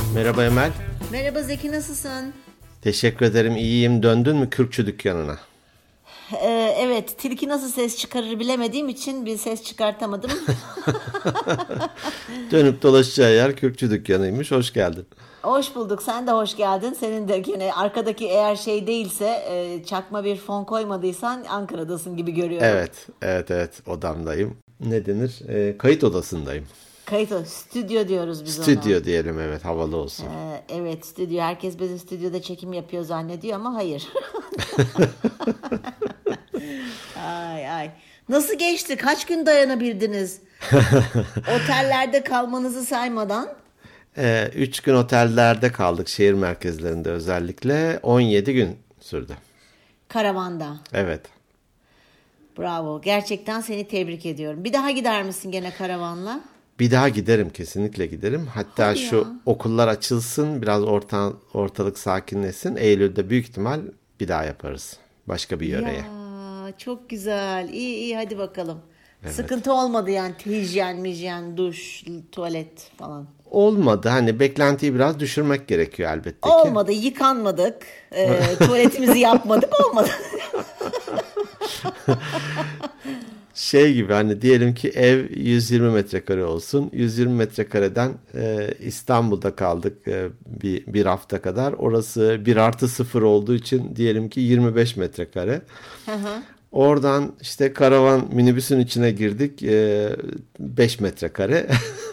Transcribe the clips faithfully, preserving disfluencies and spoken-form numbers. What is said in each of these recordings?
Merhaba Emel. Merhaba Zeki, nasılsın? Teşekkür ederim, iyiyim. Döndün mü kürkçü dükkanına? Ee, evet, tilki nasıl ses çıkarır bilemediğim için bir ses çıkartamadım. Dönüp dolaşacağı yer kürkçü dükkanıymış. Hoş geldin. Hoş bulduk, sen de hoş geldin. Senin de yine arkadaki eğer şey değilse, e, çakma bir fon koymadıysan Ankara'dasın gibi görüyorum. Evet, evet, evet. Odamdayım. Ne denir? E, kayıt odasındayım. Kayıt o, stüdyo diyoruz biz ona. Stüdyo diyelim, evet, havalı olsun. Ee, evet, stüdyo. Herkes bizi stüdyoda çekim yapıyor zannediyor ama hayır. Ay ay. Nasıl geçti? Kaç gün dayanabildiniz? Otellerde kalmanızı saymadan. E, üç gün otellerde kaldık, şehir merkezlerinde özellikle. on yedi gün sürdü. Karavanda. Evet. Bravo. Gerçekten seni tebrik ediyorum. Bir daha gider misin gene karavanla? Bir daha giderim, kesinlikle giderim. Hatta Hadi şu ya. okullar açılsın, biraz orta, ortalık sakinleşsin. Eylül'de büyük ihtimal bir daha yaparız. Başka bir yöreye. Ya çok güzel. İyi iyi, hadi bakalım. Sıkıntı olmadı yani, hijyen, mijyen, duş, tuvalet falan. Olmadı. Hani beklentiyi biraz düşürmek gerekiyor elbette ki. Olmadı, yıkanmadık. E, tuvaletimizi yapmadık, olmadı. Şey gibi, hani diyelim ki ev yüz yirmi metrekare olsun. yüz yirmi metrekareden e, İstanbul'da kaldık e, bir, bir hafta kadar. Orası bir artı sıfır olduğu için diyelim ki yirmi beş metrekare. Hı hı. Oradan işte karavan minibüsün içine girdik. E, beş metrekare.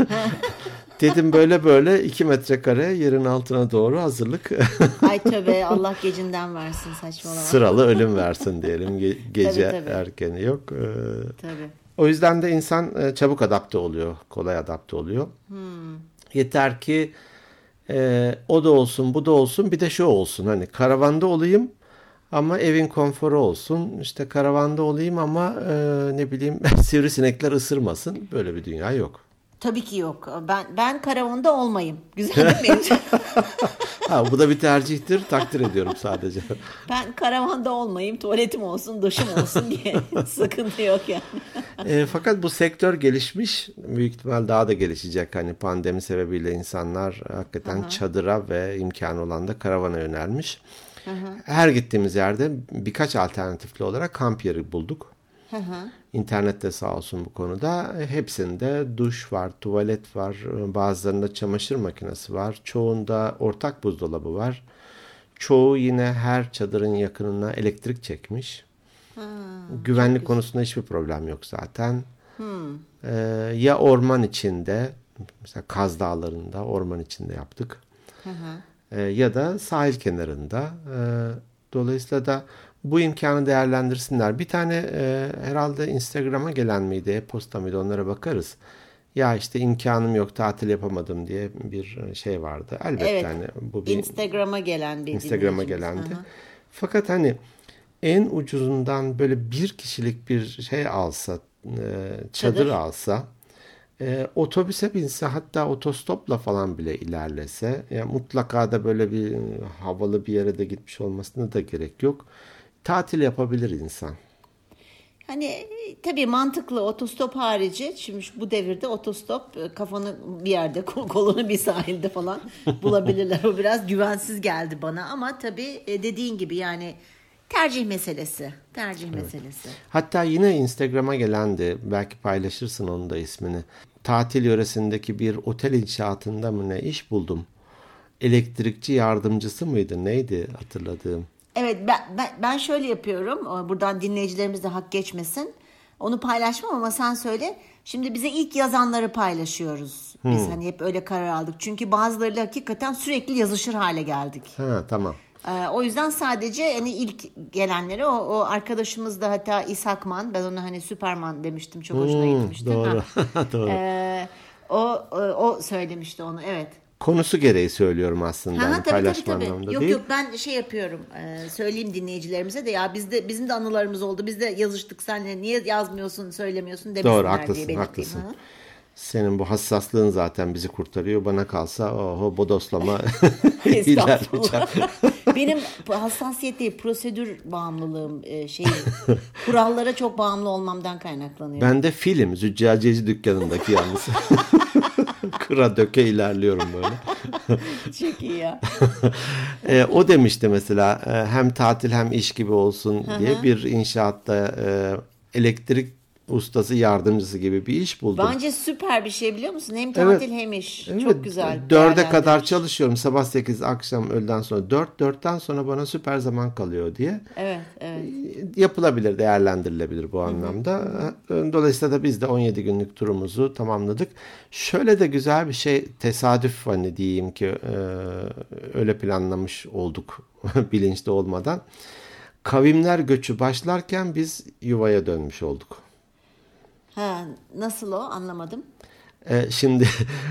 Dedim böyle böyle iki metrekare yerin altına doğru hazırlık. Ay tövbe, Allah gecinden versin, saçmalama. Sıralı ölüm versin diyelim. Ge- gece Tabii, tabii. erkeni yok. Ee, Tabii. o yüzden de insan e, çabuk adapte oluyor. Kolay adapte oluyor. Hmm. Yeter ki e, o da olsun, bu da olsun, bir de şu olsun. Hani karavanda olayım ama evin konforu olsun. İşte karavanda olayım ama e, ne bileyim sivrisinekler ısırmasın. Böyle bir dünya yok. Tabii ki yok. Ben ben karavanda olmayayım. Güzel değil mi? Ha, bu da bir tercihtir. Takdir ediyorum sadece. Ben karavanda olmayayım, tuvaletim olsun, duşum olsun diye. Sıkıntı yok yani. E, fakat bu sektör gelişmiş. Büyük ihtimal daha da gelişecek. Hani pandemi sebebiyle insanlar hakikaten Aha. çadıra ve imkanı olan da karavana yönelmiş. Hı hı. Her gittiğimiz yerde birkaç alternatifli olarak kamp yeri bulduk. Hı hı. İnternette sağ olsun bu konuda. Hepsinde duş var, tuvalet var, bazılarında çamaşır makinesi var. Çoğunda ortak buzdolabı var. Çoğu yine her çadırın yakınına elektrik çekmiş. Ha, Güvenlik konusunda hiçbir problem yok zaten. Hmm. Ee, ya orman içinde, mesela Kaz Dağları'nda orman içinde yaptık. Hı hı. Ee, ya da sahil kenarında. Ee, dolayısıyla da bu imkanı değerlendirsinler. Bir tane e, herhalde Instagram'a gelen miydi, e-posta mıydı, onlara bakarız. Ya işte imkanım yok, tatil yapamadım diye bir şey vardı. Elbette Evet. hani bu bir Instagram'a gelen bir Instagram'a dinleyicimiz. gelendi. Hı hı. Fakat hani en ucuzundan böyle bir kişilik bir şey alsa, e, çadır, Çadır. alsa, e, otobüse binse, hatta otostopla falan bile ilerlese, ya mutlaka da böyle bir e, havalı bir yere de gitmiş olmasına da gerek yok. Tatil yapabilir insan. Hani e, tabii mantıklı, otostop harici. Şimdi şu- bu devirde otostop, e, kafanı bir yerde, kol- kolunu bir sahilde falan bulabilirler. O biraz güvensiz geldi bana ama tabii e, dediğin gibi yani tercih meselesi. Tercih meselesi. Hatta yine Instagram'a gelendi. Belki paylaşırsın onun da ismini. Tatil yöresindeki bir otel inşaatında mı ne iş buldum. Elektrikçi yardımcısı mıydı? Neydi hatırladığım? Evet, ben, ben, ben şöyle yapıyorum. Buradan dinleyicilerimiz de hak geçmesin. Onu paylaşmam ama sen söyle. Şimdi bize ilk yazanları paylaşıyoruz. Biz Hmm. hani hep öyle karar aldık. Çünkü bazılarıyla hakikaten sürekli yazışır hale geldik. Ha, tamam. Ee, o yüzden sadece hani ilk gelenleri, o, o arkadaşımız da hatta İshakman, ben ona hani Süperman demiştim, çok hoşuna Hmm, gitmişti. doğru. Ha. Doğru. Ee, o, o o söylemişti onu, evet. Konusu gereği söylüyorum aslında. Ha, Hani tabii, tabii, paylaşma tabii. anlamında Yok değil. yok, ben şey yapıyorum, e, söyleyeyim dinleyicilerimize de, ya bizde bizim de anılarımız oldu. Biz de yazıştık, sen niye yazmıyorsun, söylemiyorsun demesinler Doğru, haklısın, diye belirteyim. haklısın. Ha. Senin bu hassaslığın zaten bizi kurtarıyor. Bana kalsa oho bodoslama Estağfurullah. ilerleyeceğim. Benim hassasiyet değil, prosedür bağımlılığım, e, şeyim, kurallara çok bağımlı olmamdan kaynaklanıyor. Ben de film, züccaciyeci dükkanındaki yalnız. Kıra döke ilerliyorum böyle. Çok iyi ya. E, o demişti mesela e, hem tatil hem iş gibi olsun diye bir inşaatta e, elektrik ustası yardımcısı gibi bir iş buldum. Bence süper bir şey biliyor musun? Hem tatil hem iş. Evet, Çok güzel. dörde kadar çalışıyorum. Sabah sekiz, akşam öğleden sonra dört, dörtten sonra bana süper zaman kalıyor diye. Evet, evet. Yapılabilir, değerlendirilebilir bu anlamda. Dolayısıyla da biz de on yedi günlük turumuzu tamamladık. Şöyle de güzel bir şey, tesadüf hani diyeyim ki e, öyle planlamış olduk bilinçli olmadan. Kavimler göçü başlarken biz yuvaya dönmüş olduk. Ha, nasıl o? Anlamadım. E, şimdi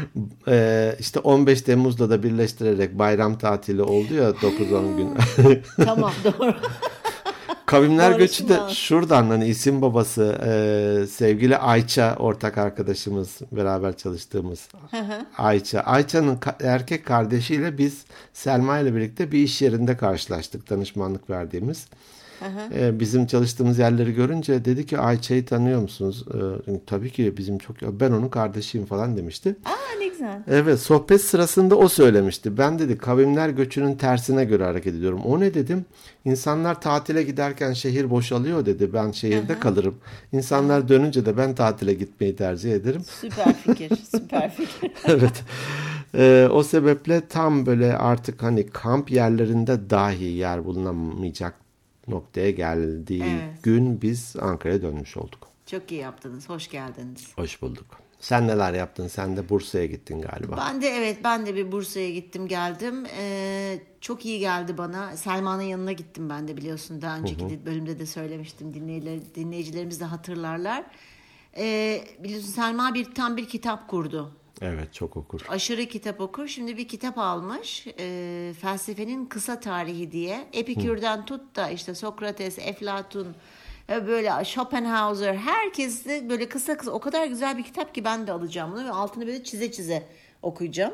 e, işte on beş Temmuz'da da birleştirerek bayram tatili oldu ya dokuz on gün. Tamam, doğru. Kavimler Doğru, göçü de şimdi şuradan hani isim babası e, sevgili Ayça ortak arkadaşımız beraber çalıştığımız Ayça. Ayça'nın ka- erkek kardeşiyle biz Selma ile birlikte bir iş yerinde karşılaştık, danışmanlık verdiğimiz. E, bizim çalıştığımız yerleri görünce dedi ki Ayça'yı tanıyor musunuz? E, tabii ki bizim çok ben onun kardeşiyim falan demişti. Aa, ne güzel. Evet, sohbet sırasında o söylemişti. Ben dedi kavimler göçünün tersine göre hareket ediyorum. O ne dedim? İnsanlar tatile giderken şehir boşalıyor dedi. Ben şehirde Aha. kalırım. İnsanlar dönünce de ben tatile gitmeyi tercih ederim. Süper fikir, süper fikir. Evet. Ee, o sebeple tam böyle artık hani kamp yerlerinde dahi yer bulunamayacak noktaya geldiği Evet. gün biz Ankara'ya dönmüş olduk. Çok iyi yaptınız, hoş geldiniz. Hoş bulduk. Sen neler yaptın? Sen de Bursa'ya gittin galiba. Ben de evet, ben de bir Bursa'ya gittim geldim. Ee, çok iyi geldi bana. Selma'nın yanına gittim ben de, biliyorsun. Daha önceki hı hı. bölümde de söylemiştim. Dinleyiciler, dinleyicilerimiz de hatırlarlar. Ee, biliyorsun Selma bir tam bir kitap kurdu. Evet, çok okur. Aşırı kitap okur. Şimdi bir kitap almış. E, felsefenin kısa tarihi diye. Epikür'den tut da işte Sokrates, Eflatun, böyle Schopenhauer, herkes de böyle kısa kısa, o kadar güzel bir kitap ki ben de alacağım bunu ve altını böyle çize çize okuyacağım.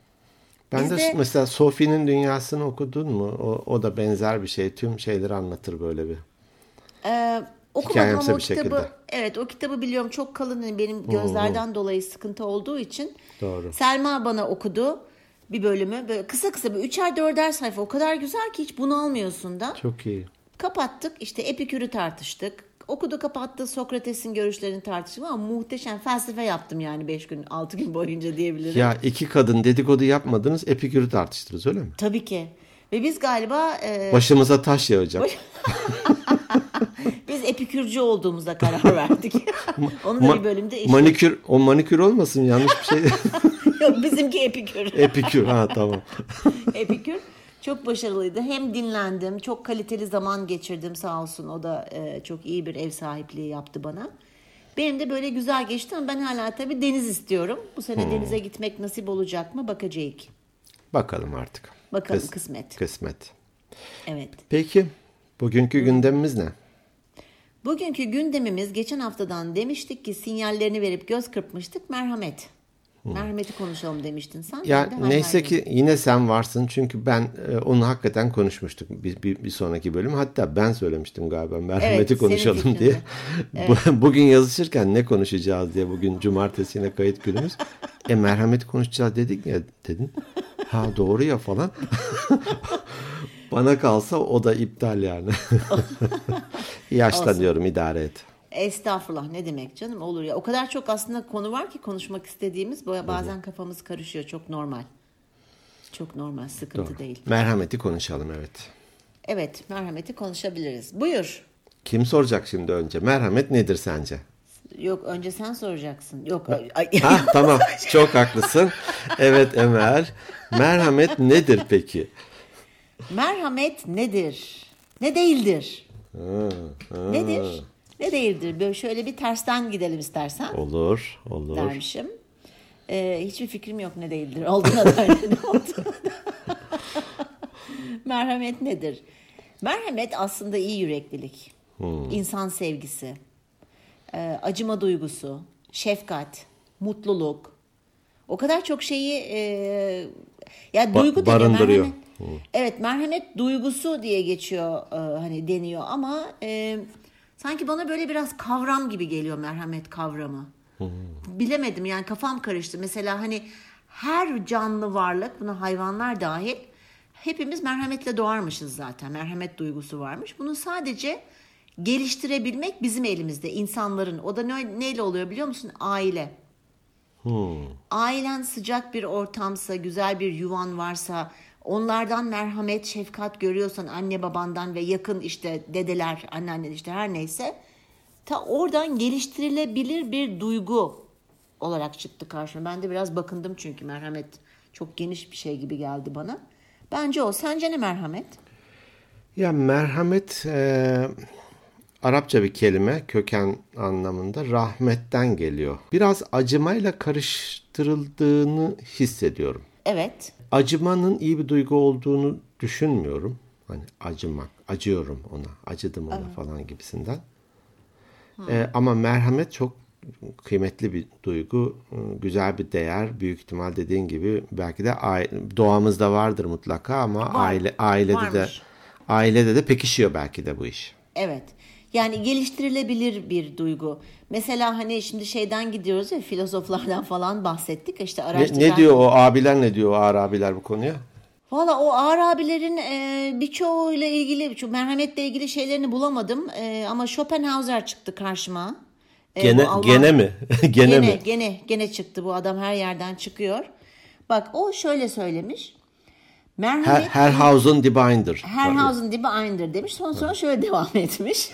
Ben Biz de, de mesela Sophie'nin Dünyası'nı okudun mu? O, o da benzer bir şey. Tüm şeyleri anlatır böyle bir. Ee, okumadım ama o bir kitabı, şekilde. evet o kitabı biliyorum, çok kalın, benim gözlerden hmm. dolayı sıkıntı olduğu için. Doğru. Selma bana okudu bir bölümü, böyle kısa kısa, böyle üçer dörder sayfa, o kadar güzel ki hiç bunalmıyorsun da. Çok iyi. Kapattık işte, Epikür'ü tartıştık. Okudu kapattı, Sokrates'in görüşlerini tartıştık ama muhteşem felsefe yaptım yani beş gün altı gün boyunca diyebilirim. Ya iki kadın dedikodu yapmadınız, Epikür'ü tartıştınız öyle mi? Tabii ki. Ve biz galiba... E... Başımıza taş yağacak. Baş... Biz epikürcü olduğumuza karar verdik. Onu da Ma- bir bölümde işledik. Manikür, o manikür olmasın, yanlış bir şey. Yok, bizimki epikür. Epikür, ha tamam. Epikür çok başarılıydı. Hem dinlendim, çok kaliteli zaman geçirdim sağ olsun. O da e, çok iyi bir ev sahipliği yaptı bana. Benim de böyle güzel geçti ama ben hala tabii deniz istiyorum. Bu sene hmm. denize gitmek nasip olacak mı bakacağız. Bakalım artık. Bakalım, Kıs- kısmet. Kısmet. Evet. Peki bugünkü hmm. gündemimiz ne? Bugünkü gündemimiz, geçen haftadan demiştik ki sinyallerini verip göz kırpmıştık, merhamet. Hmm. Merhameti konuşalım demiştin sen. Ya neyse ki yine sen varsın, çünkü ben e, onu hakikaten konuşmuştuk bir, bir, bir sonraki bölüm. Hatta ben söylemiştim galiba merhameti evet, konuşalım diye. Evet. Bugün yazışırken ne konuşacağız diye, bugün cumartesi yine kayıt günümüz. e merhameti konuşacağız dedik ya dedin. Ha doğru ya falan. Bana kalsa o da iptal yani. Yaşlanıyorum, idare et. Estağfurullah, ne demek canım, olur ya. O kadar çok aslında konu var ki konuşmak istediğimiz, bazen Hı-hı. kafamız karışıyor, çok normal. Çok normal, sıkıntı Doğru. değil. Merhameti konuşalım, evet. Evet, merhameti konuşabiliriz. Buyur. Kim soracak şimdi önce? Merhamet nedir sence? Yok, önce sen soracaksın. Yok. Ha, tamam, çok haklısın. Evet Emel. Merhamet nedir peki? Merhamet nedir? Ne değildir? Ha, ha. Nedir? Ne değildir? Böyle şöyle bir tersten gidelim istersen. Olur, olur. Dermişim. Ee, hiçbir fikrim yok ne değildir. Olduğuna dair ne olduğuna. Merhamet nedir? Merhamet aslında iyi yüreklilik, hmm. insan sevgisi, e, acıma duygusu, şefkat, mutluluk. O kadar çok şeyi e, ya duygu ba- barındırıyor. Merhamet, hmm. Evet, merhamet duygusu diye geçiyor, e, hani deniyor ama e, sanki bana böyle biraz kavram gibi geliyor merhamet kavramı. Hmm. Bilemedim yani, kafam karıştı. Mesela hani her canlı varlık, buna hayvanlar dahil, hepimiz merhametle doğarmışız zaten. Merhamet duygusu varmış. Bunu sadece geliştirebilmek bizim elimizde, insanların. O da ne, neyle oluyor biliyor musun? Aile. Hmm. Ailen sıcak bir ortamsa, güzel bir yuvan varsa, onlardan merhamet, şefkat görüyorsan, anne babandan ve yakın işte dedeler, anneannen, işte her neyse, ta oradan geliştirilebilir bir duygu olarak çıktı karşıma. Ben de biraz bakındım çünkü merhamet çok geniş bir şey gibi geldi bana. Bence o. Sence ne merhamet? Ya merhamet e, Arapça bir kelime, köken anlamında rahmetten geliyor. Biraz acımayla karıştırıldığını hissediyorum. Evet. Acımanın iyi bir duygu olduğunu düşünmüyorum. Hani acımak, acıyorum ona, acıdım ona evet. falan gibisinden. Ee, ama merhamet çok kıymetli bir duygu, güzel bir değer. Büyük ihtimal dediğin gibi belki de doğamızda vardır mutlaka ama Var. aile ailede Varmış. de ailede de pekişiyor belki de bu iş. Evet. Yani geliştirilebilir bir duygu. Mesela hani şimdi şeyden gidiyoruz ya, filozoflardan falan bahsettik. İşte araştıran... ne, ne diyor o abiler, ne diyor o ağır abiler bu konuya? Valla o ağır abilerin e, birçoğuyla ilgili, şu merhametle ilgili şeylerini bulamadım. E, ama Schopenhauer çıktı karşıma. E, gene Alman... gene mi? gene, gene mi? Gene gene çıktı, bu adam her yerden çıkıyor. Bak o şöyle söylemiş. Merhamet, her Herhausen die Binder. Herhausen die Binder demiş. Sonra sonra şöyle devam etmiş.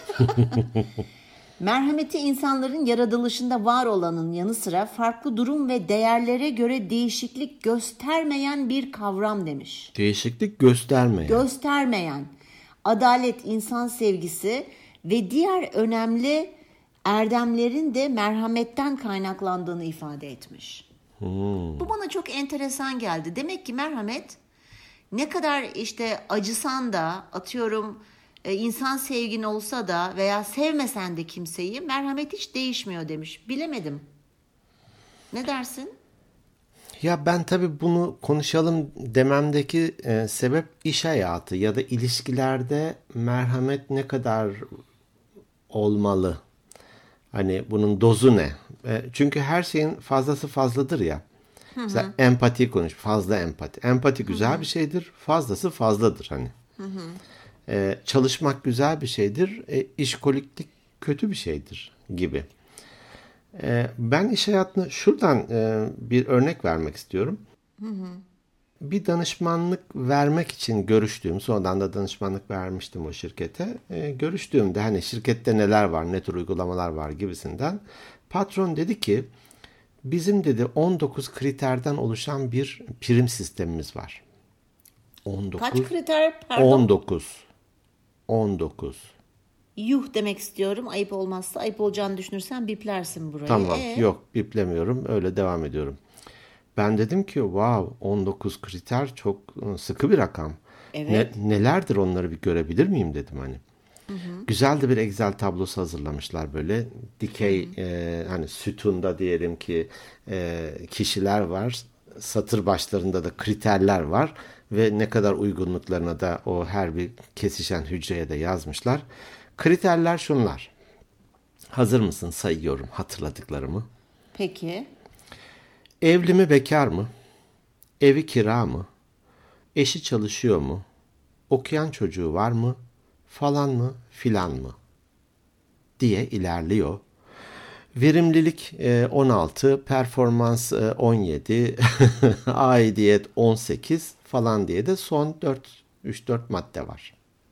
Merhameti insanların yaratılışında var olanın yanı sıra farklı durum ve değerlere göre değişiklik göstermeyen bir kavram demiş. Değişiklik göstermeyen. Göstermeyen. Adalet, insan sevgisi ve diğer önemli erdemlerin de merhametten kaynaklandığını ifade etmiş. Hmm. Bu bana çok enteresan geldi. Demek ki merhamet, ne kadar işte acısan da, atıyorum insan sevgin olsa da veya sevmesen de kimseyi, merhamet hiç değişmiyor demiş. Bilemedim. Ne dersin? Ya ben tabii bunu konuşalım dememdeki e, sebep iş hayatı ya da ilişkilerde merhamet ne kadar olmalı? Hani bunun dozu ne? E, çünkü her şeyin fazlası fazladır ya. Hı hı. Mesela empati konuş. Fazla empati. Empati güzel hı hı. bir şeydir. Fazlası fazladır hani. Hı hı. Ee, çalışmak güzel bir şeydir. E, işkoliklik kötü bir şeydir gibi. E, ben iş hayatını şuradan e, bir örnek vermek istiyorum. Hı hı. Bir danışmanlık vermek için görüştüğüm, sonradan da danışmanlık vermiştim o şirkete. E, görüştüğümde hani şirkette neler var, ne tür uygulamalar var gibisinden. Patron dedi ki, bizim dedi on dokuz kriterden oluşan bir prim sistemimiz var. on dokuz, Kaç kriter? Pardon. on dokuz. on dokuz. Yuh demek istiyorum. Ayıp olmazsa. Ayıp olacağını düşünürsen biplersin burayı. Tamam. Ee? Yok, biplemiyorum. Öyle devam ediyorum. Ben dedim ki wow, on dokuz kriter çok sıkı bir rakam. Evet. Ne, nelerdir onları bir görebilir miyim dedim hani. Hı hı. Güzel de bir Excel tablosu hazırlamışlar böyle. Dikey e, hani sütunda diyelim ki e, kişiler var. Satır başlarında da kriterler var. Ve ne kadar uygunluklarına da o her bir kesişen hücreye de yazmışlar. Kriterler şunlar. Hazır mısın? Sayıyorum hatırladıklarımı. Peki. Evli mi, bekar mı? Evi kira mı? Eşi çalışıyor mu? Okuyan çocuğu var mı? Falan mı, filan mı? Diye ilerliyor. Verimlilik on altı, performans on yedi, aidiyet on sekiz falan diye de son dört üç dört madde var.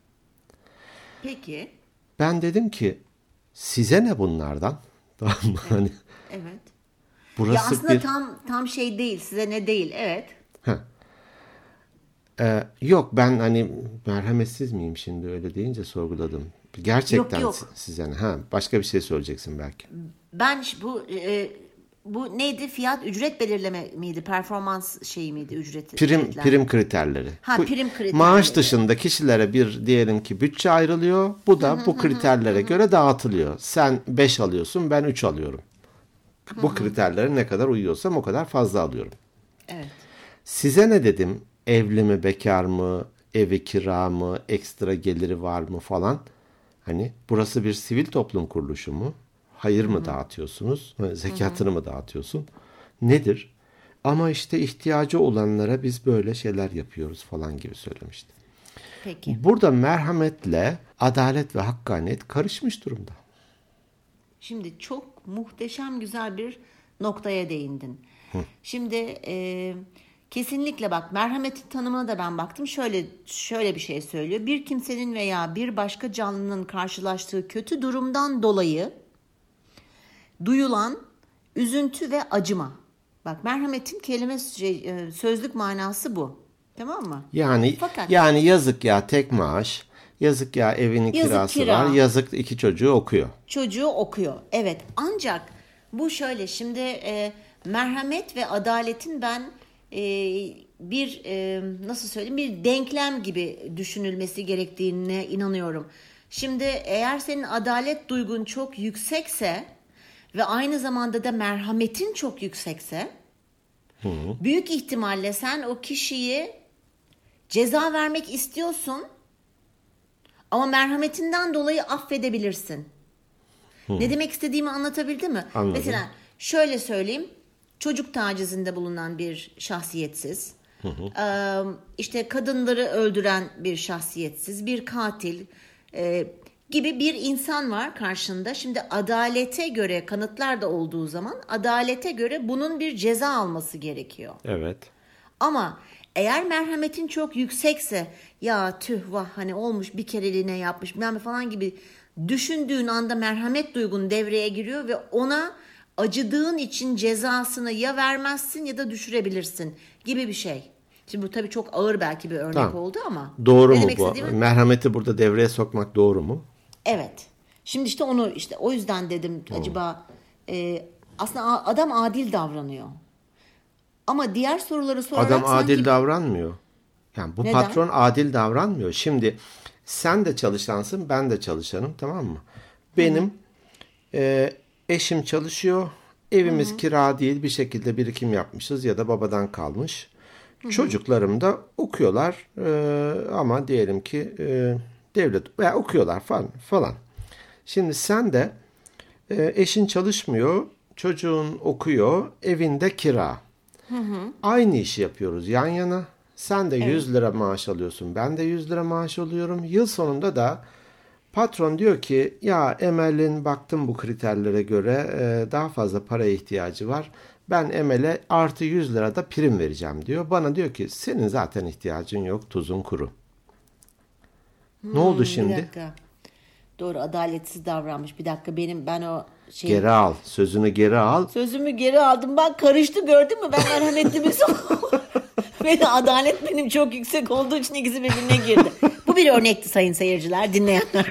Peki. Ben dedim ki size ne bunlardan? Tamam mı? Evet. Hani evet. Burası ya aslında bir... tam tam şey değil, size ne değil. Evet. Heh. Ee, yok ben hani merhametsiz miyim şimdi öyle deyince sorguladım. Gerçekten yok, yok. size ne? Ha, başka bir şey söyleyeceksin belki. Ben bu e, bu neydi? Fiyat ücret belirleme miydi? Performans şeyi miydi? Ücreti. Prim ücretler. prim kriterleri. Ha, bu, prim kriterleri. Maaş dışında kişilere bir diyelim ki bütçe ayrılıyor. Bu da bu kriterlere göre dağıtılıyor. Sen beş alıyorsun, ben üç alıyorum. Bu kriterlere ne kadar uyuyorsam o kadar fazla alıyorum. Evet. Size ne dedim? Evli mi, bekar mı, evi kira mı, ekstra geliri var mı falan. Hani burası bir sivil toplum kuruluşu mu? Hayır mı Hı-hı. dağıtıyorsunuz? Zekatını Hı-hı. mı dağıtıyorsun? Nedir? Ama işte ihtiyacı olanlara biz böyle şeyler yapıyoruz falan gibi söylemişti. Peki. Burada merhametle adalet ve hakkaniyet karışmış durumda. Şimdi çok muhteşem güzel bir noktaya değindin. Hı. Şimdi e, kesinlikle bak, merhametin tanımına da ben baktım. Şöyle şöyle bir şey söylüyor. Bir kimsenin veya bir başka canlının karşılaştığı kötü durumdan dolayı duyulan üzüntü ve acıma. Bak, merhametin kelime şey, sözlük manası bu. Tamam mı? Yani Fakat, yani yazık ya tek maaş, yazık ya evinin kirası kira, var, yazık iki çocuğu okuyor. Çocuğu okuyor. Evet. Ancak bu şöyle şimdi e, merhamet ve adaletin ben e, bir e, nasıl söyleyeyim bir denklem gibi düşünülmesi gerektiğine inanıyorum. Şimdi eğer senin adalet duygun çok yüksekse ve aynı zamanda da merhametin çok yüksekse, hı hı, büyük ihtimalle sen o kişiyi ceza vermek istiyorsun ama merhametinden dolayı affedebilirsin. Hı. Ne demek istediğimi anlatabildim mi? Anladım. Mesela şöyle söyleyeyim. Çocuk tacizinde bulunan bir şahsiyetsiz, hı hı, işte kadınları öldüren bir şahsiyetsiz, bir katil gibi bir insan var karşında. Şimdi adalete göre, kanıtlar da olduğu zaman adalete göre bunun bir ceza alması gerekiyor. Evet. Ama eğer merhametin çok yüksekse, ya tüh vah hani olmuş bir kereliğine yapmış bilmem falan gibi düşündüğün anda merhamet duygun devreye giriyor ve ona acıdığın için cezasını ya vermezsin ya da düşürebilirsin gibi bir şey. Şimdi bu tabii çok ağır belki bir örnek tamam. oldu ama. Doğru mu bu? Merhameti burada devreye sokmak doğru mu? Evet. Şimdi işte onu işte o yüzden dedim hmm. acaba e, aslında adam adil davranıyor. Ama diğer soruları sorarak adam sanki... adil davranmıyor. Yani bu Neden? Patron adil davranmıyor. Şimdi sen de çalışansın, ben de çalışanım, tamam mı? Benim e, eşim çalışıyor. Evimiz Hı-hı. kira değil, bir şekilde birikim yapmışız ya da babadan kalmış. Hı-hı. Çocuklarım da okuyorlar e, ama diyelim ki e, devlet veya okuyorlar falan falan. Şimdi sen de e, eşin çalışmıyor, çocuğun okuyor, evinde kira. Hı hı. Aynı işi yapıyoruz yan yana. Sen de evet. yüz lira maaş alıyorsun. Ben de yüz lira maaş alıyorum. Yıl sonunda da patron diyor ki ya Emel'in baktım bu kriterlere göre e, daha fazla paraya ihtiyacı var. Ben Emel'e artı yüz lira da prim vereceğim diyor. Bana diyor ki senin zaten ihtiyacın yok, tuzun kuru. Hmm, ne oldu şimdi? Bir dakika. Doğru, adaletsiz davranmış. Bir dakika benim ben o şeyi... Geri al. Sözünü geri al. Sözümü geri aldım. Bak karıştı, gördün mü? Ben merhametli bir son. Ve adalet benim çok yüksek olduğu için ikisi birbirine girdi. Bu bir örnekti sayın seyirciler, dinleyenler.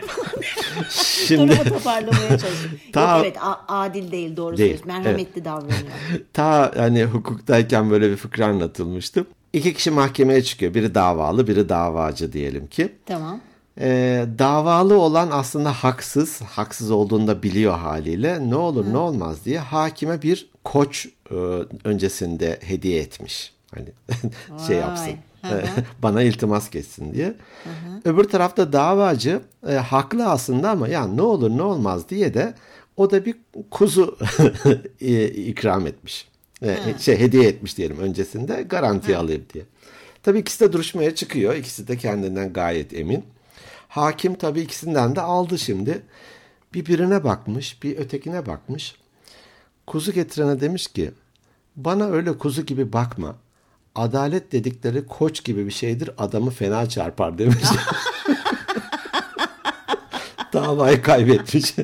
Şimdi durumu toparlamaya çalışıyorum. Ta, Yok evet a- adil değil, doğru değil, söylüyorsun. Merhametli evet. davranıyor. Ta hani hukuktayken böyle bir fıkra anlatılmıştı. İki kişi mahkemeye çıkıyor. Biri davalı, biri davacı diyelim ki. Tamam. Ee, davalı olan aslında haksız, haksız olduğunu da biliyor haliyle. Ne olur Hı. ne olmaz diye hakime bir koç e, öncesinde hediye etmiş. Hani şey yapsın. Bana iltimas geçsin diye. Hı-hı. Öbür tarafta davacı e, haklı aslında ama ya ne olur ne olmaz diye de o da bir kuzu ikram etmiş. E, şey hediye etmiş diyelim öncesinde, garantiye Hı. alayım diye. Tabii ikisi de duruşmaya çıkıyor. İkisi de kendinden gayet emin. Hakim tabii ikisinden de aldı şimdi. Bir birine bakmış, bir ötekine bakmış. Kuzu getirene demiş ki bana öyle kuzu gibi bakma. Adalet dedikleri koç gibi bir şeydir. Adamı fena çarpar demiş. Davayı kaybetmiş.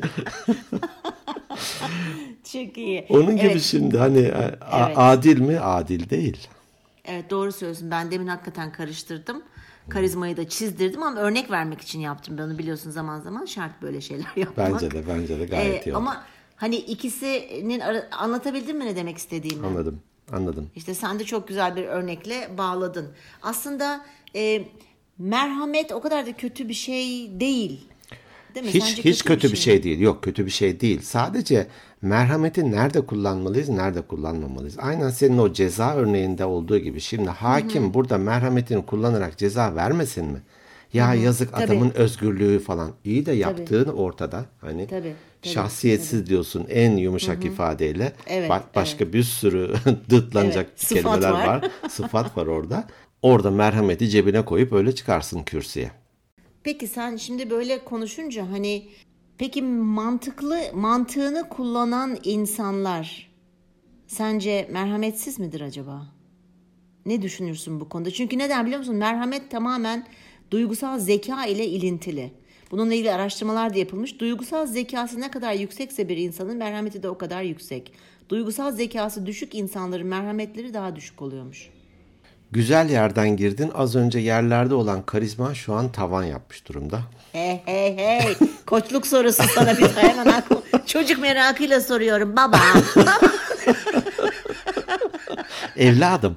Çok iyi. Onun gibi evet. Şimdi hani evet. adil mi? Adil değil. Evet, doğru söylüyorsun. Ben demin hakikaten karıştırdım. Karizmayı da çizdirdim ama örnek vermek için yaptım. Bunu biliyorsun, zaman zaman şart böyle şeyler yapmak. Bence de bence de gayet ee, iyi oldu. Ama hani ikisinin ara- anlatabildim mi ne demek istediğimi? Anladım. Anladım. İşte sen de çok güzel bir örnekle bağladın. Aslında e, merhamet o kadar da kötü bir şey değil. Değil mi? Hiç Sence hiç kötü, kötü bir şey, şey değil. Yok, kötü bir şey değil. Sadece merhameti nerede kullanmalıyız, nerede kullanmamalıyız? Aynen senin o ceza örneğinde olduğu gibi. Şimdi hakim Hı-hı. burada merhametini kullanarak ceza vermesin mi? Ya yazık Tabii. adamın özgürlüğü falan. İyi de Tabii. yaptığın ortada. Hani Tabii, tabii, şahsiyetsiz diyorsun en yumuşak ifadeyle. Evet, Ba- başka bir sürü dıtlanacak Evet, sıfat kelimeler var. var. Sıfat var orada. Orada merhameti cebine koyup öyle çıkarsın kürsüye. Peki sen şimdi böyle konuşunca hani peki mantıklı mantığını kullanan insanlar sence merhametsiz midir acaba? Ne düşünürsün bu konuda? Çünkü neden biliyor musun? Merhamet tamamen duygusal zeka ile ilintili. Bununla ilgili araştırmalar da yapılmış. Duygusal zekası ne kadar yüksekse bir insanın merhameti de o kadar yüksek. Duygusal zekası düşük insanların merhametleri daha düşük oluyormuş. Güzel yerden girdin. Az önce yerlerde olan karizma şu an tavan yapmış durumda. Hey hey hey. Koçluk sorusu sana bir hemen aklı. Çocuk merakıyla soruyorum baba. Evladım.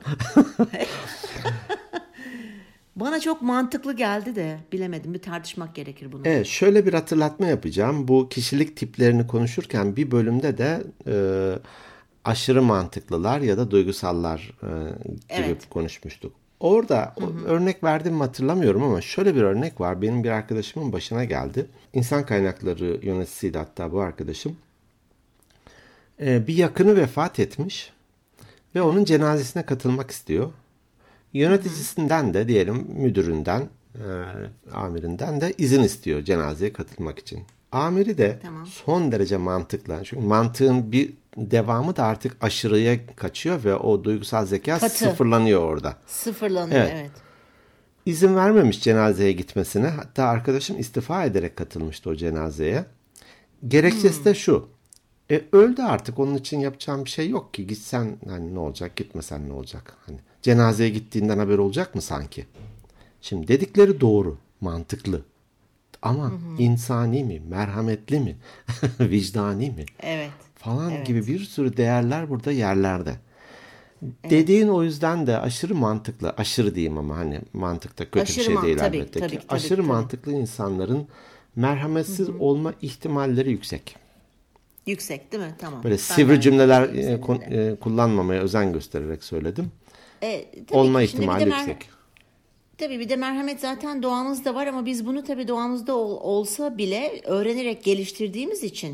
Bana çok mantıklı geldi de bilemedim. Bir tartışmak gerekir bunu. Evet, şöyle bir hatırlatma yapacağım. Bu kişilik tiplerini konuşurken bir bölümde de e, aşırı mantıklılar ya da duygusallar e, gibi Evet. konuşmuştuk. Orada o, örnek verdim mi hatırlamıyorum ama şöyle bir örnek var. Benim bir arkadaşımın başına geldi. İnsan kaynakları yöneticisiydi hatta bu arkadaşım. E, bir yakını vefat etmiş ve onun cenazesine katılmak istiyor. Yöneticisinden de diyelim müdüründen, e, amirinden de izin istiyor cenazeye katılmak için. Amiri de Tamam. son derece mantıklı. Çünkü mantığın bir devamı da artık aşırıya kaçıyor ve o duygusal zeka Katı. sıfırlanıyor orada. Sıfırlanıyor Evet. evet. İzin vermemiş cenazeye gitmesine. Hatta arkadaşım istifa ederek katılmıştı o cenazeye. Gerekçesi de şu. E, öldü artık, onun için yapacağım bir şey yok ki. Gitsen hani ne olacak, gitmesen ne olacak? Hani cenazeye gittiğinden haber olacak mı sanki? Şimdi dedikleri doğru, mantıklı. Ama insani mi, merhametli mi, vicdani mi Evet. falan Evet. gibi bir sürü değerler burada yerlerde. Dediğin o yüzden de aşırı mantıklı, aşırı diyeyim ama hani mantıkta kötü Aşırı bir şey man- değil tabii, elbette tabii, ki. tabii, Aşırı tabii. mantıklı insanların merhametsiz olma ihtimalleri yüksek. Yüksek değil mi? Tamam. Böyle Ben sivri de cümleler aynı e, seninle. kon- e, kullanmamaya özen göstererek söyledim. E, tabii Olma ki. Şimdi bir ihtimali de mer- yüksek. Tabii bir de merhamet zaten doğamızda var ama biz bunu tabii doğamızda ol- olsa bile öğrenerek geliştirdiğimiz için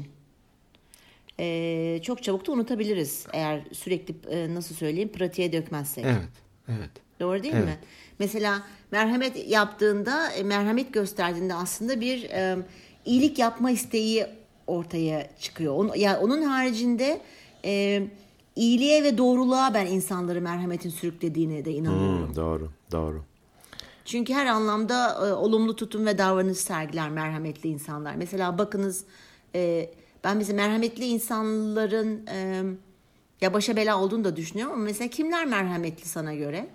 e, çok çabuk da unutabiliriz. Eğer sürekli e, nasıl söyleyeyim pratiğe dökmezsek. Evet, evet. Doğru değil Evet. mi? Mesela merhamet yaptığında, e, merhamet gösterdiğinde aslında bir e, iyilik yapma isteği ortaya çıkıyor. Onun, ya onun haricinde e, iyiliğe ve doğruluğa ben insanları merhametin sürüklediğine de inanıyorum. Hmm, doğru, doğru. Çünkü her anlamda e, olumlu tutum ve davranış sergiler merhametli insanlar. Mesela bakınız e, ben mesela merhametli insanların e, ya başa bela olduğunu da düşünüyorum ama mesela kimler merhametli sana göre?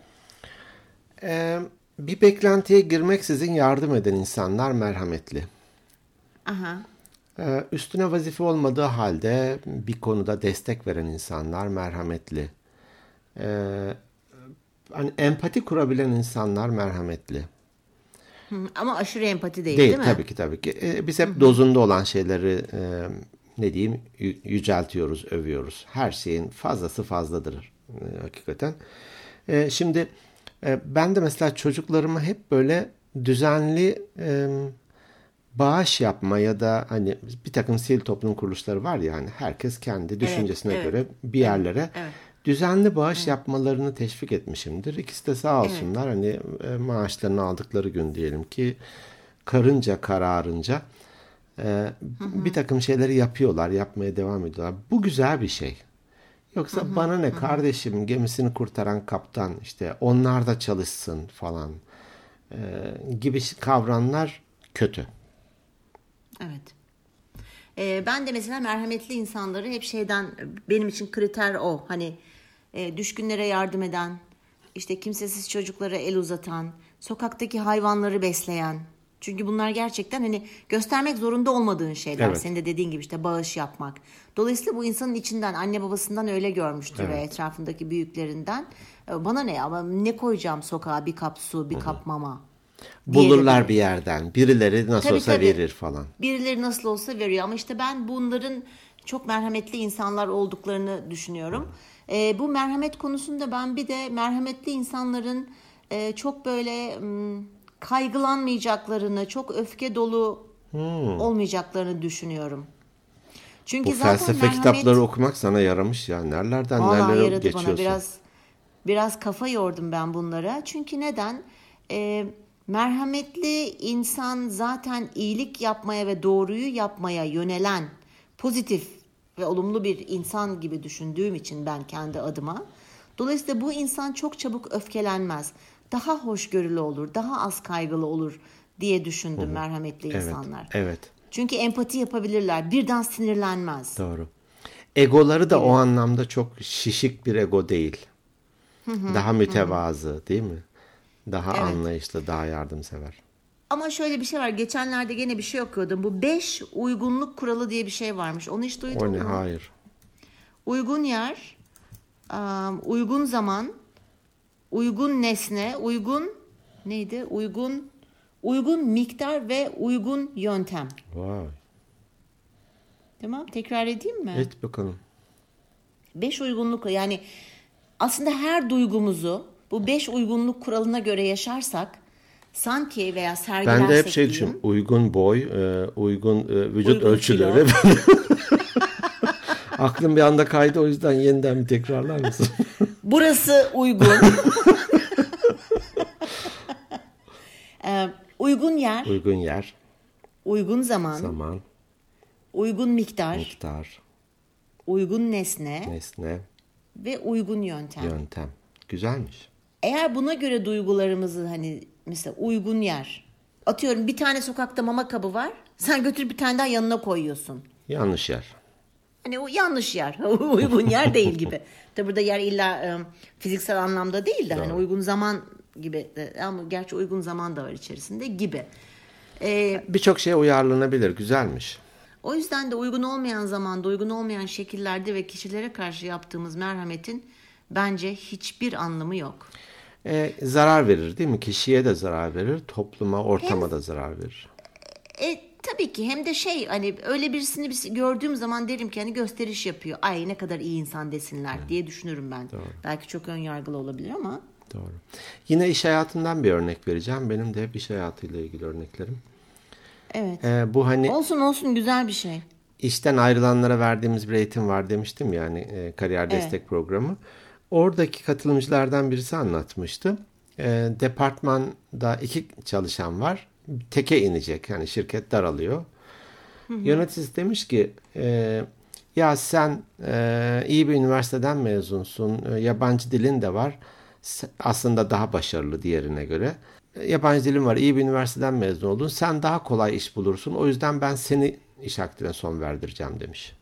Ee, bir beklentiye girmeksizin yardım eden insanlar merhametli. Aha. Ee, üstüne vazife olmadığı halde bir konuda destek veren insanlar merhametli. Ee, hani empati kurabilen insanlar merhametli. Hı, ama aşırı empati değil, Değil, değil mi? tabii ki tabii ki. Ee, biz hep dozunda olan şeyleri e, ne diyeyim yü- yüceltiyoruz, övüyoruz. Her şeyin fazlası fazladır e, hakikaten. E, şimdi e, ben de mesela çocuklarıma hep böyle düzenli e, bağış yapma ya da hani bir takım sivil toplum kuruluşları var ya hani herkes kendi düşüncesine evet. göre bir yerlere evet. düzenli bağış yapmalarını teşvik etmişimdir. İkisi de sağ olsunlar hani e, maaşlarını aldıkları gün diyelim ki karınca kararınca e, bir takım şeyleri yapıyorlar, yapmaya devam ediyorlar. Bu güzel bir şey. Yoksa bana ne kardeşim gemisini kurtaran kaptan işte onlar da çalışsın falan e, gibi kavramlar kötü. Evet. Ee, ben de mesela merhametli insanları hep şeyden benim için kriter o. Hani e, düşkünlere yardım eden, işte kimsesiz çocuklara el uzatan, sokaktaki hayvanları besleyen. Çünkü bunlar gerçekten hani göstermek zorunda olmadığın şeyler. Evet. Senin de dediğin gibi işte bağış yapmak. Dolayısıyla bu insanın içinden anne babasından öyle görmüştür ve Evet. etrafındaki büyüklerinden. E, Bana ne ama ne koyacağım sokağa bir kap su, bir kap mama. Bulurlar diyebilir. bir yerden. Birileri nasıl Tabii, olsa tabii. verir falan. Birileri nasıl olsa veriyor ama işte ben bunların çok merhametli insanlar olduklarını düşünüyorum. Ee, bu merhamet konusunda ben bir de merhametli insanların e, çok böyle m, kaygılanmayacaklarını, çok öfke dolu Hmm. olmayacaklarını düşünüyorum. Çünkü Bu zaten felsefe merhamet, kitapları okumak sana yaramış ya. Nerelerden vallahi nerelere yaradı geçiyorsun. bana. Biraz biraz kafa yordum ben bunlara. Çünkü neden? Ee, merhametli insan zaten iyilik yapmaya ve doğruyu yapmaya yönelen, pozitif ve olumlu bir insan gibi düşündüğüm için ben kendi adıma. Dolayısıyla bu insan çok çabuk öfkelenmez. Daha hoşgörülü olur, daha az kaygılı olur diye düşündüm merhametli Evet, insanlar. evet. Çünkü empati yapabilirler. Birden sinirlenmez. Doğru. Egoları da Gibi. o anlamda çok şişik bir ego değil. Daha mütevazı değil mi? Daha Evet. anlayışlı, daha yardımsever. Ama şöyle bir şey var. Geçenlerde gene bir şey okuyordum. Bu beş uygunluk kuralı diye bir şey varmış. Onu hiç duydun O ne? mu? Hayır. Uygun yer, um, uygun zaman, uygun nesne, uygun neydi? Uygun uygun miktar ve uygun yöntem. Vay. Tamam, tekrar edeyim mi? Et bakalım. Beş uygunluk, yani aslında her duygumuzu bu beş uygunluk kuralına göre yaşarsak sanki veya sergilersek Ben de hep şey diyeyim, düşünüyorum. Uygun boy, e, uygun e, vücut Uygun ölçüleri. Aklım bir anda kaydı, o yüzden yeniden bir tekrarlar mısın? burası uygun. Ee, uygun yer, Uygun yer, uygun zaman, zaman, uygun miktar, miktar, uygun nesne nesne, ve uygun yöntem. yöntem. Güzelmiş. Eğer buna göre duygularımızı, hani mesela uygun yer. Atıyorum, bir tane sokakta mama kabı var. Sen götür bir tane daha yanına koyuyorsun. Yanlış yer. Hani o yanlış yer. Uygun yer değil gibi. Tabi burada yer illa e, fiziksel anlamda değil de hani uygun zaman gibi de, ama gerçi uygun zaman da var içerisinde gibi. Ee, Birçok şeye uyarlanabilir. Güzelmiş. o yüzden de uygun olmayan zamanda, uygun olmayan şekillerde ve kişilere karşı yaptığımız merhametin bence hiçbir anlamı yok. E, zarar verir değil mi? Kişiye de zarar verir, topluma, ortama da zarar verir. E, tabii ki, hem de şey, hani öyle birisini bir, gördüğüm zaman derim ki hani gösteriş yapıyor. Ay ne kadar iyi insan desinler diye düşünürüm ben. Doğru. Belki çok ön yargılı olabilir ama. Doğru. Yine iş hayatından bir örnek vereceğim. Benim de hep iş hayatıyla ilgili örneklerim. Evet. E, bu hani Olsun olsun, güzel bir şey. işten ayrılanlara verdiğimiz bir eğitim var demiştim yani, e, kariyer destek Evet. programı. Oradaki katılımcılardan birisi anlatmıştı. E, departmanda iki çalışan var. Teke inecek, yani şirket daralıyor. Hı hı. Yöneticisi demiş ki e, ya sen e, iyi bir üniversiteden mezunsun, e, yabancı dilin de var. Aslında daha başarılı diğerine göre. Yabancı dilin var, iyi bir üniversiteden mezun oldun. Sen daha kolay iş bulursun. O yüzden ben seni iş akdine son verdireceğim demiş.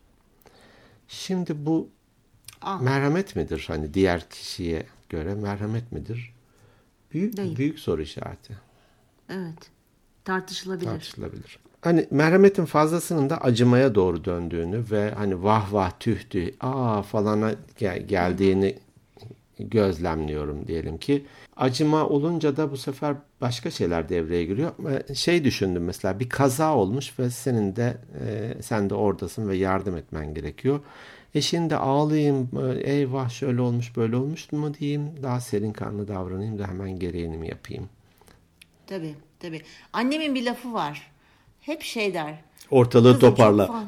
Şimdi bu Aa. merhamet midir? Hani diğer kişiye göre merhamet midir? Büyük Değil. büyük soru işareti. Evet. Tartışılabilir. Tartışılabilir. Hani merhametin fazlasının da acımaya doğru döndüğünü ve hani vah vah tüh tüh aa falana gel- geldiğini Hı-hı. gözlemliyorum diyelim ki. Acıma olunca da bu sefer başka şeyler devreye giriyor. Şey düşündüm mesela, bir kaza olmuş ve senin de e, sen de oradasın ve yardım etmen gerekiyor. E şimdi ağlayayım, eyvah şöyle olmuş böyle olmuş mu diyeyim, daha serin kanlı davranayım da hemen gereğini mi yapayım? Tabii tabii. Annemin bir lafı var. Hep şey der. Ortalığı toparla.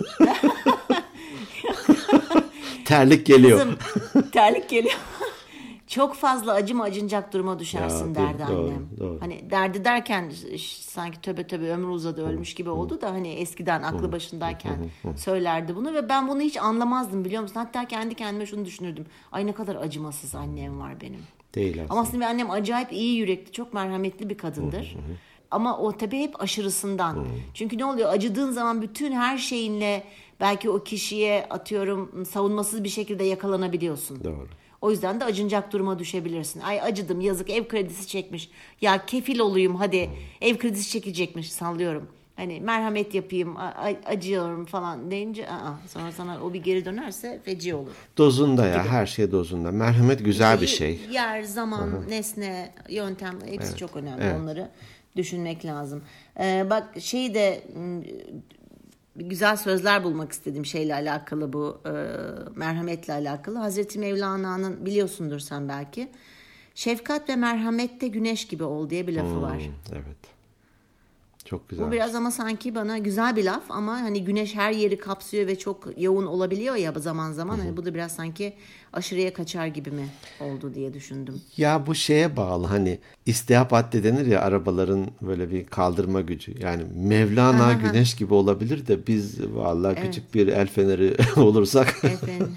Terlik geliyor. Kızım, terlik geliyor. Çok fazla acıma, acınacak duruma düşersin ya, derdi doğru, annem. Doğru. Hani derdi derken sanki töbe töbe ömrü uzadı, ölmüş gibi oldu da hani eskiden aklı başındayken söylerdi bunu ve ben bunu hiç anlamazdım, biliyor musun? Hatta kendi kendime şunu düşünürdüm. Ay ne kadar acımasız annem var benim. Değil aslında. Ama aslında annem acayip iyi yürekli, çok merhametli bir kadındır. Ama o tabii hep aşırısından. Çünkü ne oluyor? Acıdığın zaman bütün her şeyinle belki o kişiye atıyorum savunmasız bir şekilde yakalanabiliyorsun. Doğru. O yüzden de acınacak duruma düşebilirsin. Ay acıdım, yazık, ev kredisi çekmiş. Ya kefil olayım hadi, hmm. ev kredisi çekecekmiş, sallıyorum. Hani merhamet yapayım, acıyorum falan deyince aa, sonra sana o bir geri dönerse feci olur. Dozunda ya, her şey dozunda. Merhamet güzel işte bir şey. Yer, zaman, Hı-hı. nesne, yöntem hepsi evet. çok önemli. Evet. Onları düşünmek lazım. Ee, bak şey de... güzel sözler bulmak istedim şeyle alakalı, bu e, merhametle alakalı. Hazreti Mevlana'nın, biliyorsundur sen belki, Şefkat ve merhamet de güneş gibi ol diye bir lafı Hmm, var. evet. Çok güzel. Bu biraz ama sanki bana güzel bir laf ama hani güneş her yeri kapsıyor ve çok yoğun olabiliyor ya zaman zaman. Hani bu da biraz sanki aşırıya kaçar gibi mi oldu diye düşündüm. Ya bu şeye bağlı, hani istihap haddi denir ya, arabaların böyle bir kaldırma gücü. Yani Mevlana Aha. güneş gibi olabilir de biz vallahi Evet. küçük bir el feneri olursak. Efendim.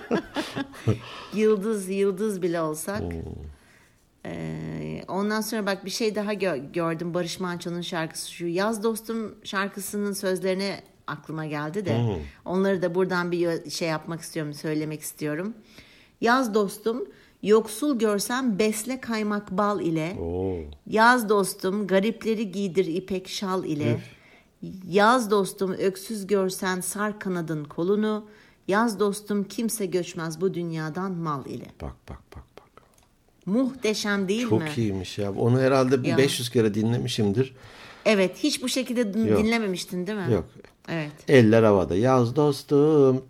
Yıldız yıldız bile olsak. Ee, ondan sonra bak bir şey daha gö- gördüm. Barış Manço'nun şarkısı şu. Yaz Dostum şarkısının sözlerine aklıma geldi de. Hmm. Onları da buradan bir yo- şey yapmak istiyorum, söylemek istiyorum. Yaz dostum, yoksul görsem besle kaymak bal ile. Oo. Yaz dostum, garipleri giydir ipek şal ile. Yaz dostum, öksüz görsen sar kanadın kolunu. Yaz dostum, kimse göçmez bu dünyadan mal ile. Bak bak bak bak. Muhteşem değil Çok mi? iyiymiş ya. Onu herhalde bir Ya. beş yüz kere dinlemişimdir. Evet, hiç bu şekilde din- Yok. dinlememiştin değil mi? Yok. Evet. Eller havada. Yaz dostum.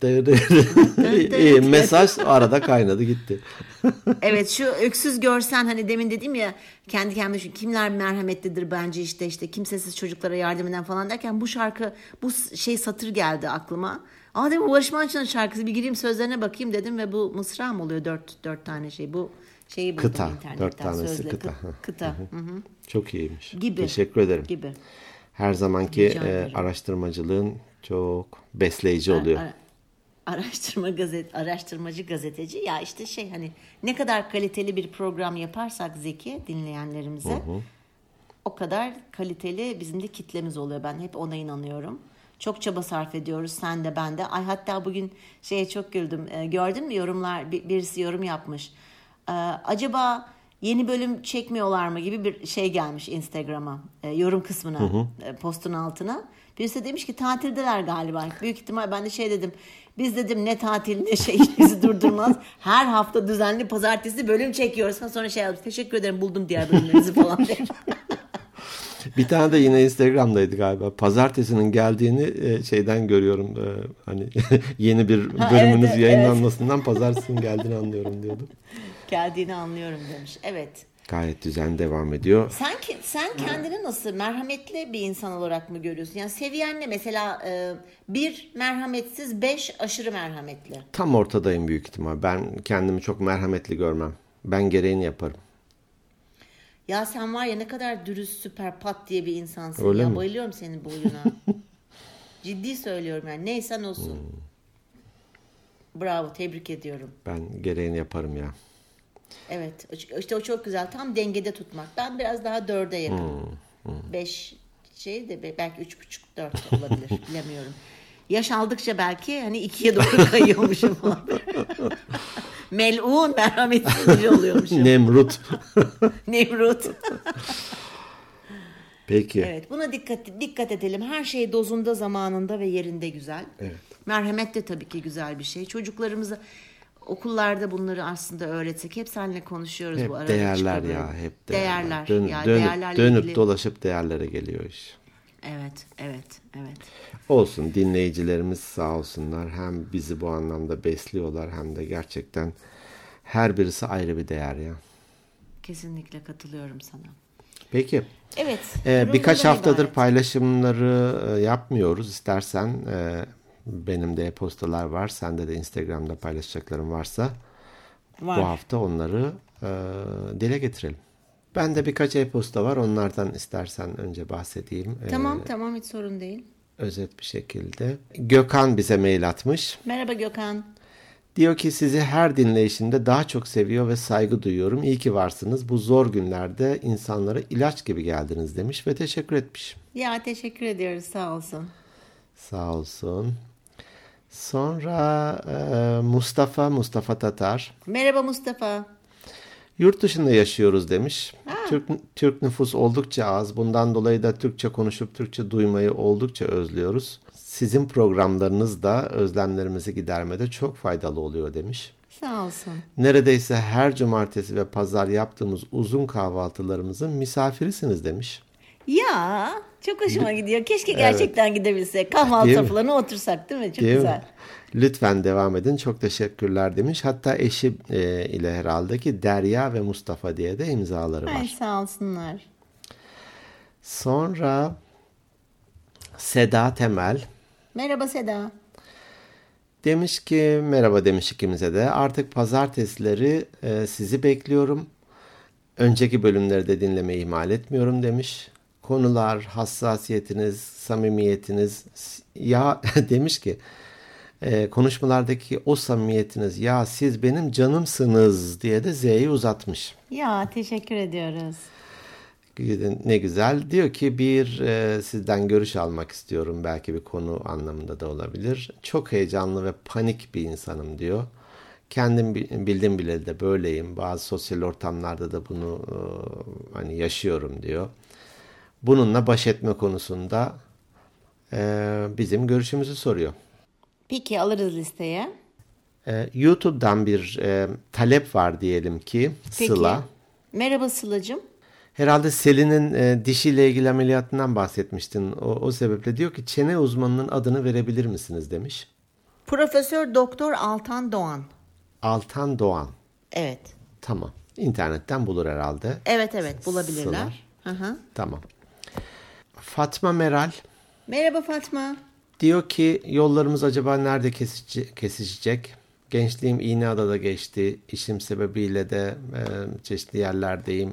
İyi, mesaj arada kaynadı gitti. Evet, şu öksüz görsen hani demin dedim ya, kendi kendime şu kimler merhametlidir bence işte işte kimsesiz çocuklara yardım eden falan derken bu şarkı, bu s- şey satır geldi aklıma. Aa dedim, Barış Manço'nun şarkısı, bir gireyim sözlerine bakayım dedim ve bu mısra mı oluyor, dört dört tane şey, bu şeyi buldum Kıta. internetten. Dört tanesi sözleri. kıta. Kı- Kıta. Hı hı. Çok iyiymiş. Gibi. Teşekkür ederim. Gibi. Her zamanki Rica e, ederim. araştırmacılığın çok besleyici oluyor. Ara- Araştırma gazet, araştırmacı gazeteci ya işte şey, hani ne kadar kaliteli bir program yaparsak Zeki dinleyenlerimize o kadar kaliteli bizim de kitlemiz oluyor. Ben hep ona inanıyorum. Çok çaba sarf ediyoruz, sen de ben de. Ay hatta bugün şeye çok güldüm. Ee, gördün mü yorumlar, bir- birisi yorum yapmış. Ee, acaba yeni bölüm çekmiyorlar mı gibi bir şey gelmiş Instagram'a. Ee, yorum kısmına, e, postun altına. Birisi de demiş ki tatildeler galiba. Büyük ihtimal ben de şey dedim. Biz dedim ne tatil ne şey, hiç bizi durdurmaz. Her hafta düzenli pazartesi bölüm çekiyoruz. Sonra şey yaptım. Teşekkür ederim, buldum diğer bölümlerinizi falan dedim. Bir tane de yine Instagram'daydı galiba. Pazartesinin geldiğini e, şeyden görüyorum. E, hani yeni bir Ha, bölümünüz evet, yayınlanmasından pazartesinin geldiğini anlıyorum diyordu. Geldiğini anlıyorum demiş. Evet. Gayet düzenli devam ediyor. Sen ki- sen kendini nasıl merhametli bir insan olarak mı görüyorsun? Yani seviyen ne? Mesela e, bir merhametsiz, beş aşırı merhametli. Tam ortadayım büyük ihtimal. Ben kendimi çok merhametli görmem. Ben gereğini yaparım. Ya sen var ya ne kadar dürüst, süper, pat diye bir insansın. Öyle ya mi? bayılıyorum senin bu huyuna. Ciddi söylüyorum yani. Neysen olsun. Hmm. Bravo, tebrik ediyorum. Ben gereğini yaparım ya. Evet, işte o çok güzel. Tam dengede tutmak. Ben biraz daha dörde yakınım. Beş şey de belki üç buçuk, dört olabilir. Bilemiyorum. Yaş aldıkça belki hani ikiye doğru kayıyormuşum falan. Melun, merhametsiz biri oluyormuşum. Nemrut. Nemrut. Peki. Evet, buna dikkat dikkat edelim. Her şey dozunda, zamanında ve yerinde güzel. Evet. Merhamet de tabii ki güzel bir şey. Çocuklarımıza okullarda bunları aslında öğretsek. Hep seninle konuşuyoruz Hep bu arada. değerler çıkıyor ya. böyle. Hep değerler. Değerler. Dön- ya, dönüp değerlerle dönüp ilgili. dolaşıp değerlere geliyor iş. Evet, evet, evet. Olsun, dinleyicilerimiz sağ olsunlar. Hem bizi bu anlamda besliyorlar hem de gerçekten her birisi ayrı bir değer ya. Kesinlikle katılıyorum sana. Peki. Evet. Ee, durum birkaç bundan haftadır ibaret. paylaşımları e, yapmıyoruz. İstersen e, benim de e-postalar var. Sende de Instagram'da paylaşacaklarım varsa Var. bu hafta onları e, dile getirelim. Ben de birkaç e-posta var. Onlardan istersen önce bahsedeyim. Ee, Tamam, tamam, hiç sorun değil. özet bir şekilde. Gökhan bize mail atmış. Merhaba Gökhan. Diyor ki sizi her dinleyişimde daha çok seviyor ve saygı duyuyorum. İyi ki varsınız. Bu zor günlerde insanlara ilaç gibi geldiniz demiş ve teşekkür etmiş. Ya teşekkür ediyoruz, sağ olsun. Sağ olsun. Sonra e, Mustafa, Mustafa Tatar. Merhaba Mustafa. Yurt dışında yaşıyoruz demiş. Türk, Türk nüfus oldukça az. Bundan dolayı da Türkçe konuşup Türkçe duymayı oldukça özlüyoruz. Sizin programlarınız da özlemlerimizi gidermede çok faydalı oluyor demiş. Sağ olsun. Neredeyse her cumartesi ve pazar yaptığımız uzun kahvaltılarımızın misafirisiniz demiş. Ya çok hoşuma gidiyor. Keşke gerçekten evet. gidebilsek. Kahvaltı sofralarına otursak değil mi? Çok değil güzel. Mi? Lütfen devam edin. Çok teşekkürler demiş. Hatta eşi e, ile herhalde ki Derya ve Mustafa diye de imzaları var. Ay sağ olsunlar. Sonra Seda Temel. Merhaba Seda. Demiş ki merhaba demiş ikimize de. Artık pazartesileri e, sizi bekliyorum. Önceki bölümleri de dinlemeyi ihmal etmiyorum demiş. Konular, hassasiyetiniz, samimiyetiniz ya demiş ki e, konuşmalardaki o samimiyetiniz ya siz benim canımsınız diye de Z'yi uzatmış. Ya teşekkür ediyoruz. Ne güzel. Diyor ki bir e, sizden görüş almak istiyorum. Belki bir konu anlamında da olabilir. Çok heyecanlı ve panik bir insanım diyor. Kendim bildim bileli de böyleyim. Bazı sosyal ortamlarda da bunu e, hani yaşıyorum diyor. Bununla baş etme konusunda e, bizim görüşümüzü soruyor. Peki alırız listeye. E, YouTube'dan bir e, talep var diyelim ki. Peki. Sıla. Merhaba Sıla'cığım. Herhalde Selin'in e, dişiyle ilgili ameliyatından bahsetmiştin. O, o sebeple diyor ki çene uzmanının adını verebilir misiniz demiş. Profesör Doktor Altan Doğan. Altan Doğan. Evet. Tamam. İnternetten bulur herhalde. Evet evet bulabilirler. Hı hı. Tamam. Fatma Meral. Merhaba Fatma. Diyor ki yollarımız acaba nerede kesici, kesişecek? Gençliğim İğneada'da geçti. İşim sebebiyle de e, çeşitli yerlerdeyim.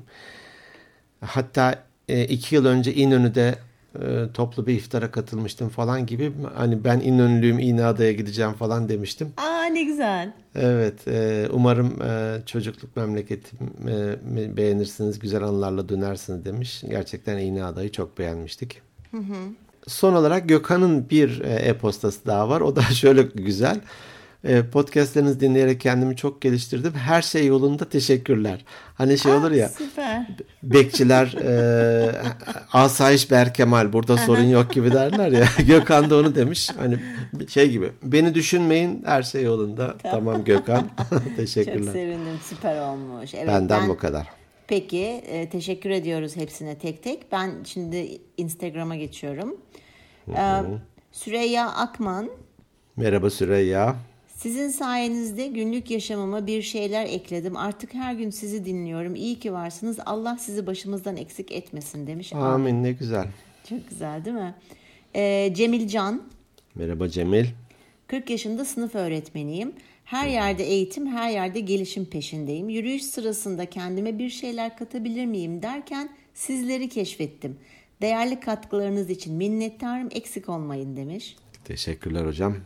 Hatta e, iki yıl önce İnönü'de e, toplu bir iftara katılmıştım falan gibi. Hani ben İnönülüyüm, İğneada'ya gideceğim falan demiştim. Aa ne güzel. Evet. E, umarım e, çocukluk memleketimi beğenirsiniz, güzel anılarla dönersiniz demiş. Gerçekten İğneada'yı çok beğenmiştik. Hı hı. Son olarak Gökhan'ın bir e-postası daha var. O da şöyle güzel. Podcastlerinizi dinleyerek kendimi çok geliştirdim. Her şey yolunda, teşekkürler. Hani şey Aa, olur ya. Süper. Bekçiler e, asayiş Berkemal burada sorun yok gibi derler ya. Gökhan da onu demiş. Hani şey gibi. Beni düşünmeyin, her şey yolunda. Tamam, tamam Gökhan. Teşekkürler. Çok sevindim. Süper olmuş. Evet, Benden ben... bu kadar. Peki, e, teşekkür ediyoruz hepsine tek tek. Ben şimdi Instagram'a geçiyorum. Ee, Süreyya Akman. Merhaba Süreyya. Sizin sayenizde günlük yaşamıma bir şeyler ekledim. Artık her gün sizi dinliyorum. İyi ki varsınız. Allah sizi başımızdan eksik etmesin demiş. Amin, Amin. Ne güzel. Çok güzel değil mi? Ee, Cemil Can. Merhaba Cemil. kırk yaşında sınıf öğretmeniyim. Her yerde eğitim, her yerde gelişim peşindeyim. Yürüyüş sırasında kendime bir şeyler katabilir miyim derken sizleri keşfettim. Değerli katkılarınız için minnettarım, eksik olmayın demiş. Teşekkürler hocam.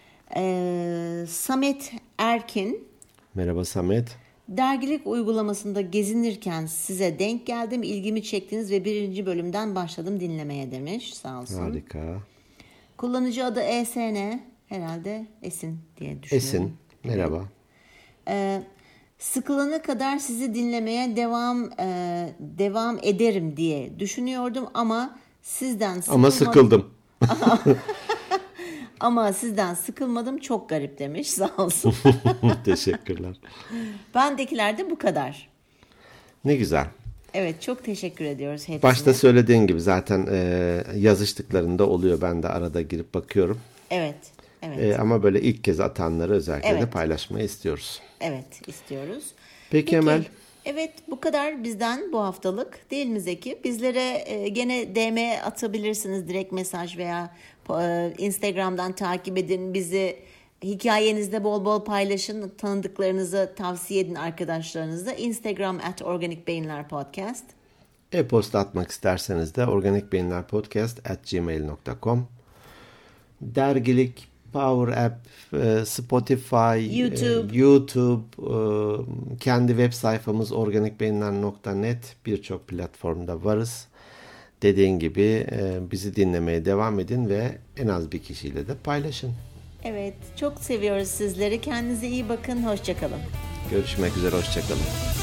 Ee, Samet Erkin. Merhaba Samet. Dergilik uygulamasında gezinirken size denk geldim, ilgimi çektiniz ve birinci bölümden başladım dinlemeye demiş. Sağ olsun. Harika. Kullanıcı adı E S N, herhalde Esin diye düşünüyorum. Esin, merhaba. Ee, sıkılana kadar sizi dinlemeye devam e, devam ederim diye düşünüyordum ama sizden sıkılmadım. Ama sıkıldım. Ama sizden sıkılmadım, çok garip demiş, sağ olsun. Teşekkürler. Bendekiler de bu kadar. Ne güzel. Evet, çok teşekkür ediyoruz hepsine. Başta söylediğin gibi zaten e, yazıştıklarında oluyor, ben de arada girip bakıyorum. Evet. Evet. E, ama böyle ilk kez atanları özellikle evet. de paylaşmayı istiyoruz. Evet, istiyoruz. Peki, Peki Emel. Evet, bu kadar bizden bu haftalık, değil mi Zeki? Bizlere e, gene D M atabilirsiniz, direkt mesaj veya e, Instagram'dan takip edin bizi. Hikayenizde bol bol paylaşın, tanıdıklarınızı tavsiye edin arkadaşlarınızla. Instagram at Organik Beyinler Podcast. E-posta atmak isterseniz de organikbeyinlerpodcast at gmail nokta com. Dergilik, Power App, Spotify, YouTube, YouTube, kendi web sayfamız organikbeyinler nokta net, birçok platformda varız. Dediğin gibi bizi dinlemeye devam edin ve en az bir kişiyle de paylaşın. Evet, çok seviyoruz sizleri. Kendinize iyi bakın, hoşça kalın. Görüşmek üzere, hoşça kalın.